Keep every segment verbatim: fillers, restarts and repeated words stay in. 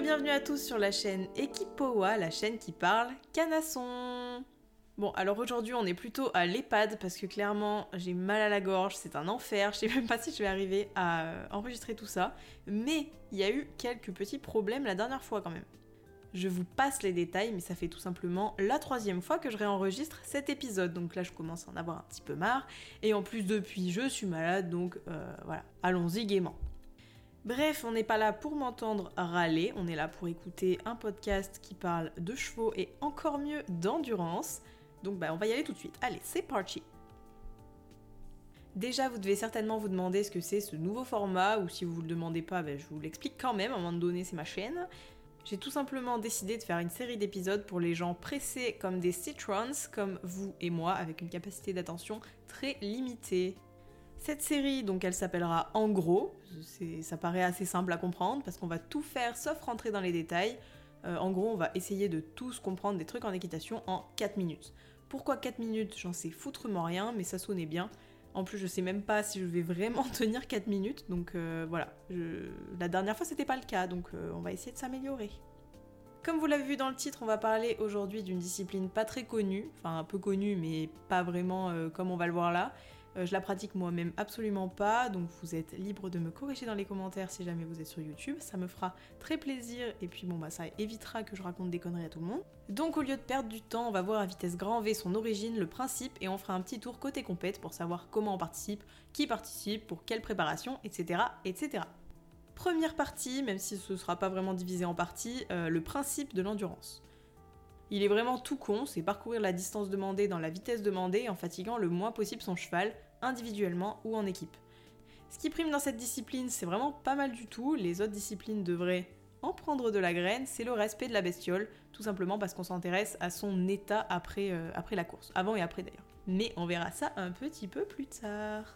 et bienvenue à tous sur la chaîne Ekipowa, la chaîne qui parle canasson. Bon, alors aujourd'hui on est plutôt à l'EHPAD parce que clairement j'ai mal à la gorge, c'est un enfer, je sais même pas si je vais arriver à enregistrer tout ça, mais il y a eu quelques petits problèmes la dernière fois quand même. Je vous passe les détails, mais ça fait tout simplement la troisième fois que je réenregistre cet épisode, donc là je commence à en avoir un petit peu marre, et en plus depuis je suis malade, donc euh, voilà, allons-y gaiement. Bref, on n'est pas là pour m'entendre râler, on est là pour écouter un podcast qui parle de chevaux et encore mieux d'endurance, donc bah on va y aller tout de suite. Allez, c'est parti. Déjà, vous devez certainement vous demander ce que c'est ce nouveau format, ou si vous ne le demandez pas, bah, je vous l'explique quand même, à un moment donné c'est ma chaîne. J'ai tout simplement décidé de faire une série d'épisodes pour les gens pressés comme des citrons, comme vous et moi, avec une capacité d'attention très limitée. Cette série, donc, elle s'appellera En gros, c'est, ça paraît assez simple à comprendre, parce qu'on va tout faire sauf rentrer dans les détails. Euh, en gros, on va essayer de tous comprendre des trucs en équitation en quatre minutes. Pourquoi quatre minutes? J'en sais foutrement rien, mais ça sonnait bien. En plus, je sais même pas si je vais vraiment tenir quatre minutes, donc euh, voilà. Je... La dernière fois, c'était pas le cas, donc euh, on va essayer de s'améliorer. Comme vous l'avez vu dans le titre, on va parler aujourd'hui d'une discipline pas très connue, enfin un peu connue, mais pas vraiment euh, comme on va le voir là. Euh, je la pratique moi-même absolument pas, donc vous êtes libre de me corriger dans les commentaires si jamais vous êtes sur YouTube, ça me fera très plaisir, et puis bon bah ça évitera que je raconte des conneries à tout le monde. Donc au lieu de perdre du temps, on va voir à vitesse grand V son origine, le principe, et on fera un petit tour côté compète pour savoir comment on participe, qui participe, pour quelle préparation, et cetera et cetera. Première partie, même si ce sera pas vraiment divisé en parties, euh, le principe de l'endurance. Il est vraiment tout con, c'est parcourir la distance demandée dans la vitesse demandée en fatiguant le moins possible son cheval, individuellement ou en équipe. Ce qui prime dans cette discipline, c'est vraiment pas mal du tout, les autres disciplines devraient en prendre de la graine, c'est le respect de la bestiole, tout simplement parce qu'on s'intéresse à son état après, euh, après la course, avant et après d'ailleurs. Mais on verra ça un petit peu plus tard.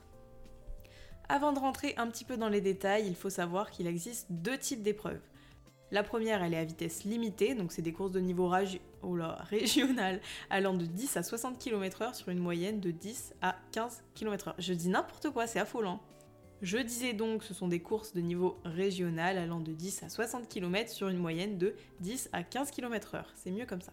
Avant de rentrer un petit peu dans les détails, il faut savoir qu'il existe deux types d'épreuves. La première, elle est à vitesse limitée, donc c'est des courses de niveau ragi... oh là, régional allant de dix à soixante kilomètres heure sur une moyenne de dix à quinze kilomètres heure. Je dis n'importe quoi, c'est affolant. Je disais donc ce sont des courses de niveau régional allant de dix à soixante kilomètres sur une moyenne de dix à quinze kilomètres heure. C'est mieux comme ça.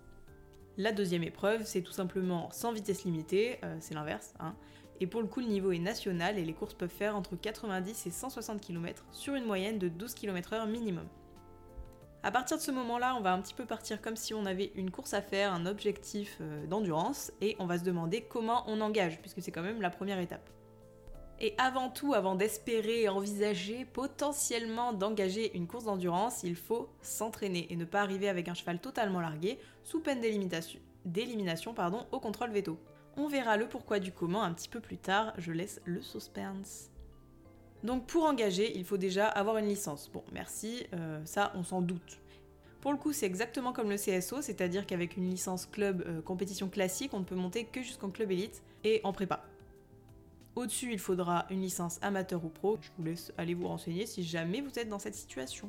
La deuxième épreuve, c'est tout simplement sans vitesse limitée, euh, c'est l'inverse, hein. Et pour le coup, le niveau est national et les courses peuvent faire entre quatre-vingt-dix et cent soixante kilomètres sur une moyenne de douze kilomètres heure minimum. À partir de ce moment-là, on va un petit peu partir comme si on avait une course à faire, un objectif euh, d'endurance, et on va se demander comment on engage, puisque c'est quand même la première étape. Et avant tout, avant d'espérer et envisager potentiellement d'engager une course d'endurance, il faut s'entraîner et ne pas arriver avec un cheval totalement largué, sous peine d'élimination, d'élimination pardon, au contrôle veto. On verra le pourquoi du comment un petit peu plus tard, je laisse le suspense. Donc pour engager, il faut déjà avoir une licence. Bon, merci, euh, ça on s'en doute. Pour le coup, c'est exactement comme le C S O, c'est-à-dire qu'avec une licence club euh, compétition classique, on ne peut monter que jusqu'en club élite et en prépa. Au-dessus, il faudra une licence amateur ou pro. Je vous laisse aller vous renseigner si jamais vous êtes dans cette situation.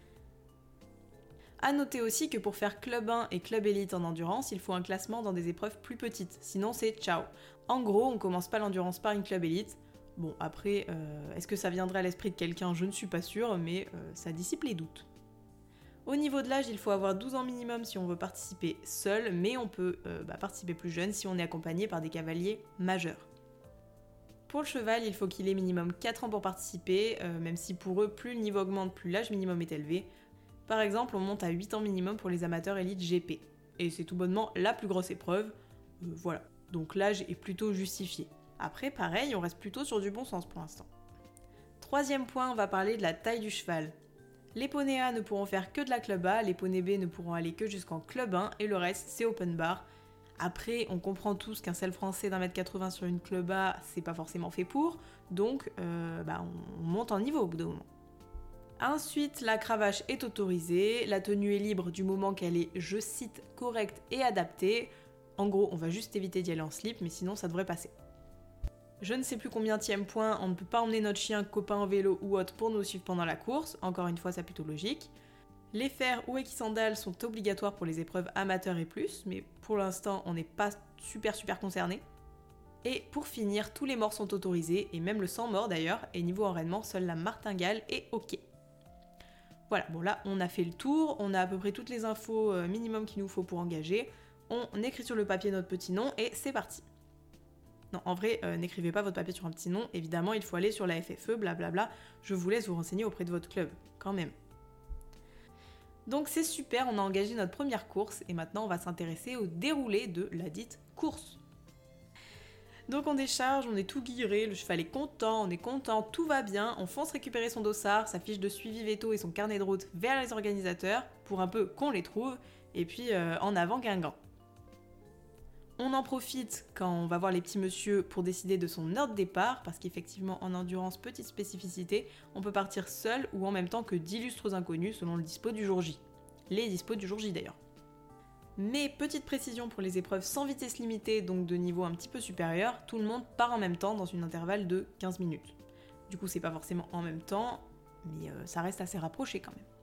A noter aussi que pour faire club un et club élite en endurance, il faut un classement dans des épreuves plus petites, sinon c'est ciao. En gros, on commence pas l'endurance par une club élite. Bon, après, euh, est-ce que ça viendrait à l'esprit de quelqu'un? Je ne suis pas sûre, mais euh, ça dissipe les doutes. Au niveau de l'âge, il faut avoir douze ans minimum si on veut participer seul, mais on peut euh, bah, participer plus jeune si on est accompagné par des cavaliers majeurs. Pour le cheval, il faut qu'il ait minimum quatre ans pour participer, euh, même si pour eux, plus le niveau augmente, plus l'âge minimum est élevé. Par exemple, on monte à huit ans minimum pour les amateurs élites G P. Et c'est tout bonnement la plus grosse épreuve. Euh, voilà. Donc l'âge est plutôt justifié. Après, pareil, on reste plutôt sur du bon sens pour l'instant. Troisième point, on va parler de la taille du cheval. Les poneys A ne pourront faire que de la club A, les poneys B ne pourront aller que jusqu'en club un, et le reste, c'est open bar. Après, on comprend tous qu'un selle français d'un mètre quatre-vingts sur une club A, c'est pas forcément fait pour, donc euh, bah, on monte en niveau au bout d'un moment. Ensuite, la cravache est autorisée, la tenue est libre du moment qu'elle est, je cite, correcte et adaptée. En gros, on va juste éviter d'y aller en slip, mais sinon ça devrait passer. Je ne sais plus combienième point, on ne peut pas emmener notre chien, copain en vélo ou autre pour nous suivre pendant la course, encore une fois c'est plutôt logique. Les fers ou équisandales sont obligatoires pour les épreuves amateurs et plus, mais pour l'instant on n'est pas super super concerné. Et pour finir, tous les morts sont autorisés, et même le sans mort d'ailleurs, et niveau enraînement, seule la martingale est ok. Voilà, bon là on a fait le tour, on a à peu près toutes les infos euh, minimum qu'il nous faut pour engager, on écrit sur le papier notre petit nom et c'est parti. Non, en vrai, euh, n'écrivez pas votre papier sur un petit nom, évidemment il faut aller sur la F F E, blablabla, je vous laisse vous renseigner auprès de votre club, quand même. Donc c'est super, on a engagé notre première course et maintenant on va s'intéresser au déroulé de la dite course. Donc on décharge, on est tout guiré, le cheval est content, on est content, tout va bien, on fonce récupérer son dossard, sa fiche de suivi veto et son carnet de route vers les organisateurs pour un peu qu'on les trouve, et puis euh, en avant Guingamp. On en profite quand on va voir les petits messieurs pour décider de son heure de départ, parce qu'effectivement en endurance, petite spécificité, on peut partir seul ou en même temps que d'illustres inconnus selon le dispo du jour J. Les dispos du jour J d'ailleurs. Mais petite précision pour les épreuves sans vitesse limitée, donc de niveau un petit peu supérieur, tout le monde part en même temps dans une intervalle de quinze minutes. Du coup c'est pas forcément en même temps, mais euh, ça reste assez rapproché quand même.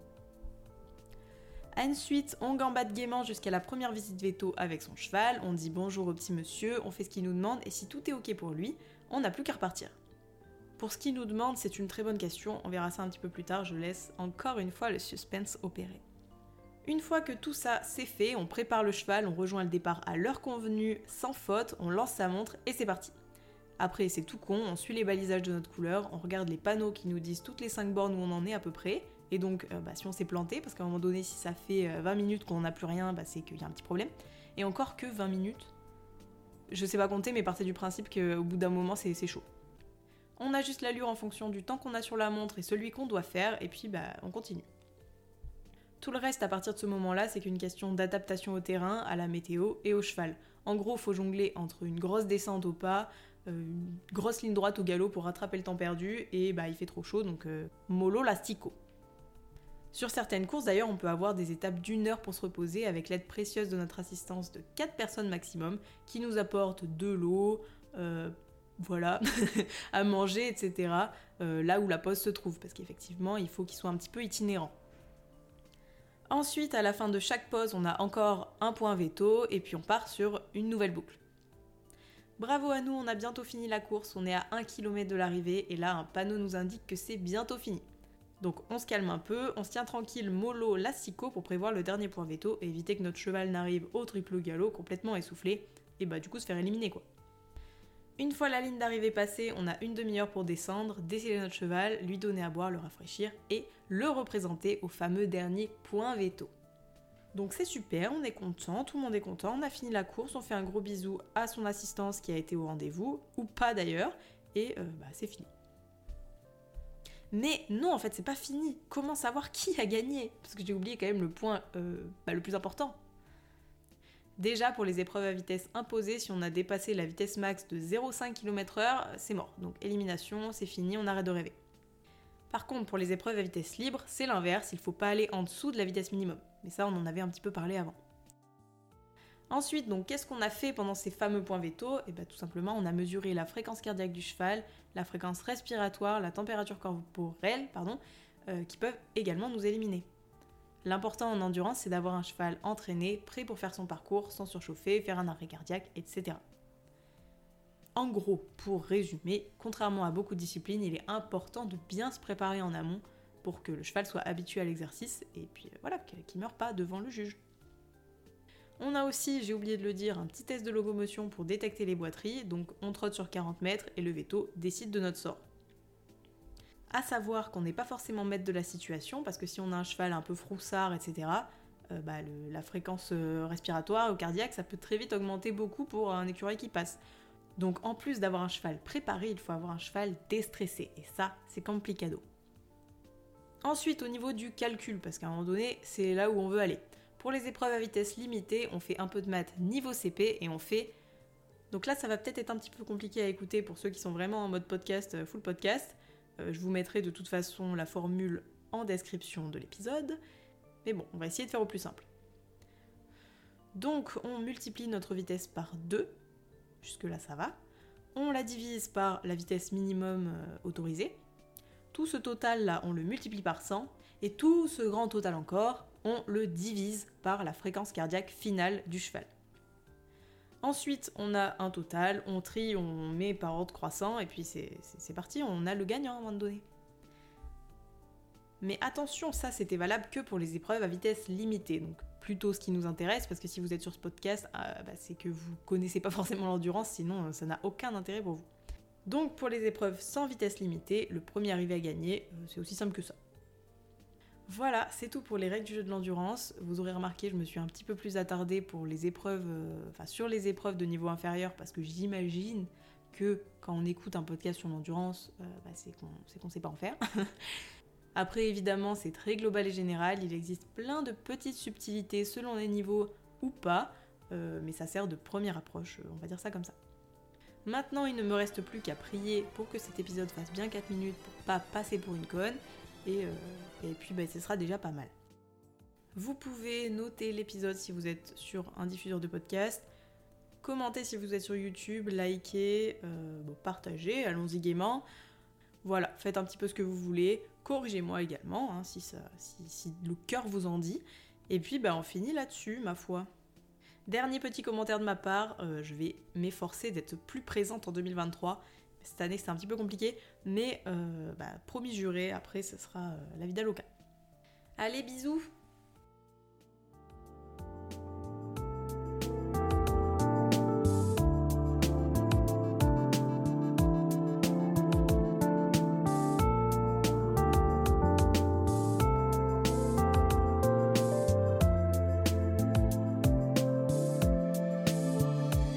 Ensuite, on gambade gaiement jusqu'à la première visite veto avec son cheval, on dit bonjour au petit monsieur, on fait ce qu'il nous demande, et si tout est ok pour lui, on n'a plus qu'à repartir. Pour ce qu'il nous demande, c'est une très bonne question, on verra ça un petit peu plus tard, je laisse encore une fois le suspense opérer. Une fois que tout ça c'est fait, on prépare le cheval, on rejoint le départ à l'heure convenue, sans faute, on lance sa montre et c'est parti. Après c'est tout con, on suit les balisages de notre couleur, on regarde les panneaux qui nous disent toutes les cinq bornes où on en est à peu près, et donc euh, bah, si on s'est planté, parce qu'à un moment donné si ça fait vingt minutes qu'on n'a plus rien, bah, c'est qu'il y a un petit problème, et encore que vingt minutes, je sais pas compter mais partez du principe qu'au bout d'un moment c'est, c'est chaud. On ajuste l'allure en fonction du temps qu'on a sur la montre et celui qu'on doit faire, et puis bah on continue. Tout le reste à partir de ce moment-là, c'est qu'une question d'adaptation au terrain, à la météo et au cheval. En gros, faut jongler entre une grosse descente au pas, euh, une grosse ligne droite au galop pour rattraper le temps perdu, et bah il fait trop chaud, donc euh, mollo l'astico. Sur certaines courses d'ailleurs, on peut avoir des étapes d'une heure pour se reposer avec l'aide précieuse de notre assistance de quatre personnes maximum, qui nous apportent de l'eau, euh, voilà, à manger, et cetera. Euh, là où la pause se trouve, parce qu'effectivement, il faut qu'il soit un petit peu itinérant. Ensuite, à la fin de chaque pause, on a encore un point veto et puis on part sur une nouvelle boucle. Bravo à nous, on a bientôt fini la course, on est à un kilomètre de l'arrivée et là un panneau nous indique que c'est bientôt fini. Donc on se calme un peu, on se tient tranquille mollo l'astico pour prévoir le dernier point veto et éviter que notre cheval n'arrive au triple galop complètement essoufflé et bah du coup se faire éliminer quoi. Une fois la ligne d'arrivée passée, on a une demi-heure pour descendre, déceler notre cheval, lui donner à boire, le rafraîchir et le représenter au fameux dernier point veto. Donc c'est super, on est content, tout le monde est content, on a fini la course, on fait un gros bisou à son assistance qui a été au rendez-vous, ou pas d'ailleurs, et euh, bah c'est fini. Mais non, en fait c'est pas fini, comment savoir qui a gagné? Parce que j'ai oublié quand même le point euh, bah, le plus important. Déjà, pour les épreuves à vitesse imposée, si on a dépassé la vitesse max de zéro virgule cinq kilomètres heure, c'est mort. Donc élimination, c'est fini, on arrête de rêver. Par contre, pour les épreuves à vitesse libre, c'est l'inverse, il ne faut pas aller en dessous de la vitesse minimum. Mais ça, on en avait un petit peu parlé avant. Ensuite, donc, qu'est-ce qu'on a fait pendant ces fameux points veto? Et bien tout simplement, on a mesuré la fréquence cardiaque du cheval, la fréquence respiratoire, la température corporelle, pardon, euh, qui peuvent également nous éliminer. L'important en endurance, c'est d'avoir un cheval entraîné, prêt pour faire son parcours, sans surchauffer, faire un arrêt cardiaque, et cetera. En gros, pour résumer, contrairement à beaucoup de disciplines, il est important de bien se préparer en amont pour que le cheval soit habitué à l'exercice et puis voilà, qu'il ne meure pas devant le juge. On a aussi, j'ai oublié de le dire, un petit test de locomotion pour détecter les boiteries, donc on trotte sur quarante mètres et le veto décide de notre sort. À savoir qu'on n'est pas forcément maître de la situation, parce que si on a un cheval un peu froussard, et cetera, euh, bah, le, la fréquence respiratoire ou cardiaque, ça peut très vite augmenter beaucoup pour un écureuil qui passe. Donc en plus d'avoir un cheval préparé, il faut avoir un cheval déstressé, et ça, c'est complicado. Ensuite, au niveau du calcul, parce qu'à un moment donné, c'est là où on veut aller. Pour les épreuves à vitesse limitée, on fait un peu de maths niveau C P, et on fait... Donc là, ça va peut-être être un petit peu compliqué à écouter pour ceux qui sont vraiment en mode podcast, full podcast. Euh, je vous mettrai de toute façon la formule en description de l'épisode. Mais bon, on va essayer de faire au plus simple. Donc, on multiplie notre vitesse par deux. Jusque-là, ça va. On la divise par la vitesse minimum euh, autorisée. Tout ce total-là, on le multiplie par cent. Et tout ce grand total encore, on le divise par la fréquence cardiaque finale du cheval. Ensuite, on a un total, on trie, on met par ordre croissant, et puis c'est, c'est, c'est parti, on a le gagnant à un moment donné. Mais attention, ça c'était valable que pour les épreuves à vitesse limitée, donc plutôt ce qui nous intéresse, parce que si vous êtes sur ce podcast, euh, bah, c'est que vous connaissez pas forcément l'endurance, sinon euh, ça n'a aucun intérêt pour vous. Donc pour les épreuves sans vitesse limitée, le premier arrivé à gagner, euh, c'est aussi simple que ça. Voilà, c'est tout pour les règles du jeu de l'endurance. Vous aurez remarqué, je me suis un petit peu plus attardée pour les épreuves, euh, enfin sur les épreuves de niveau inférieur, parce que j'imagine que quand on écoute un podcast sur l'endurance, euh, bah, c'est qu'on c'est qu'on sait pas en faire. Après, évidemment, c'est très global et général, il existe plein de petites subtilités selon les niveaux ou pas, euh, mais ça sert de première approche, on va dire ça comme ça. Maintenant, il ne me reste plus qu'à prier pour que cet épisode fasse bien quatre minutes pour pas passer pour une conne, et, euh, et puis bah, ce sera déjà pas mal. Vous pouvez noter l'épisode si vous êtes sur un diffuseur de podcast, commenter si vous êtes sur YouTube, liker, euh, bon, partager, allons-y gaiement. Voilà, faites un petit peu ce que vous voulez, corrigez-moi également, hein, si, ça, si, si le cœur vous en dit. Et puis bah, on finit là-dessus, ma foi. Dernier petit commentaire de ma part, euh, je vais m'efforcer d'être plus présente en deux mille vingt-trois. Cette année c'est un petit peu compliqué, mais euh, bah, promis juré, après ce sera euh, la vida loca. Allez, bisous!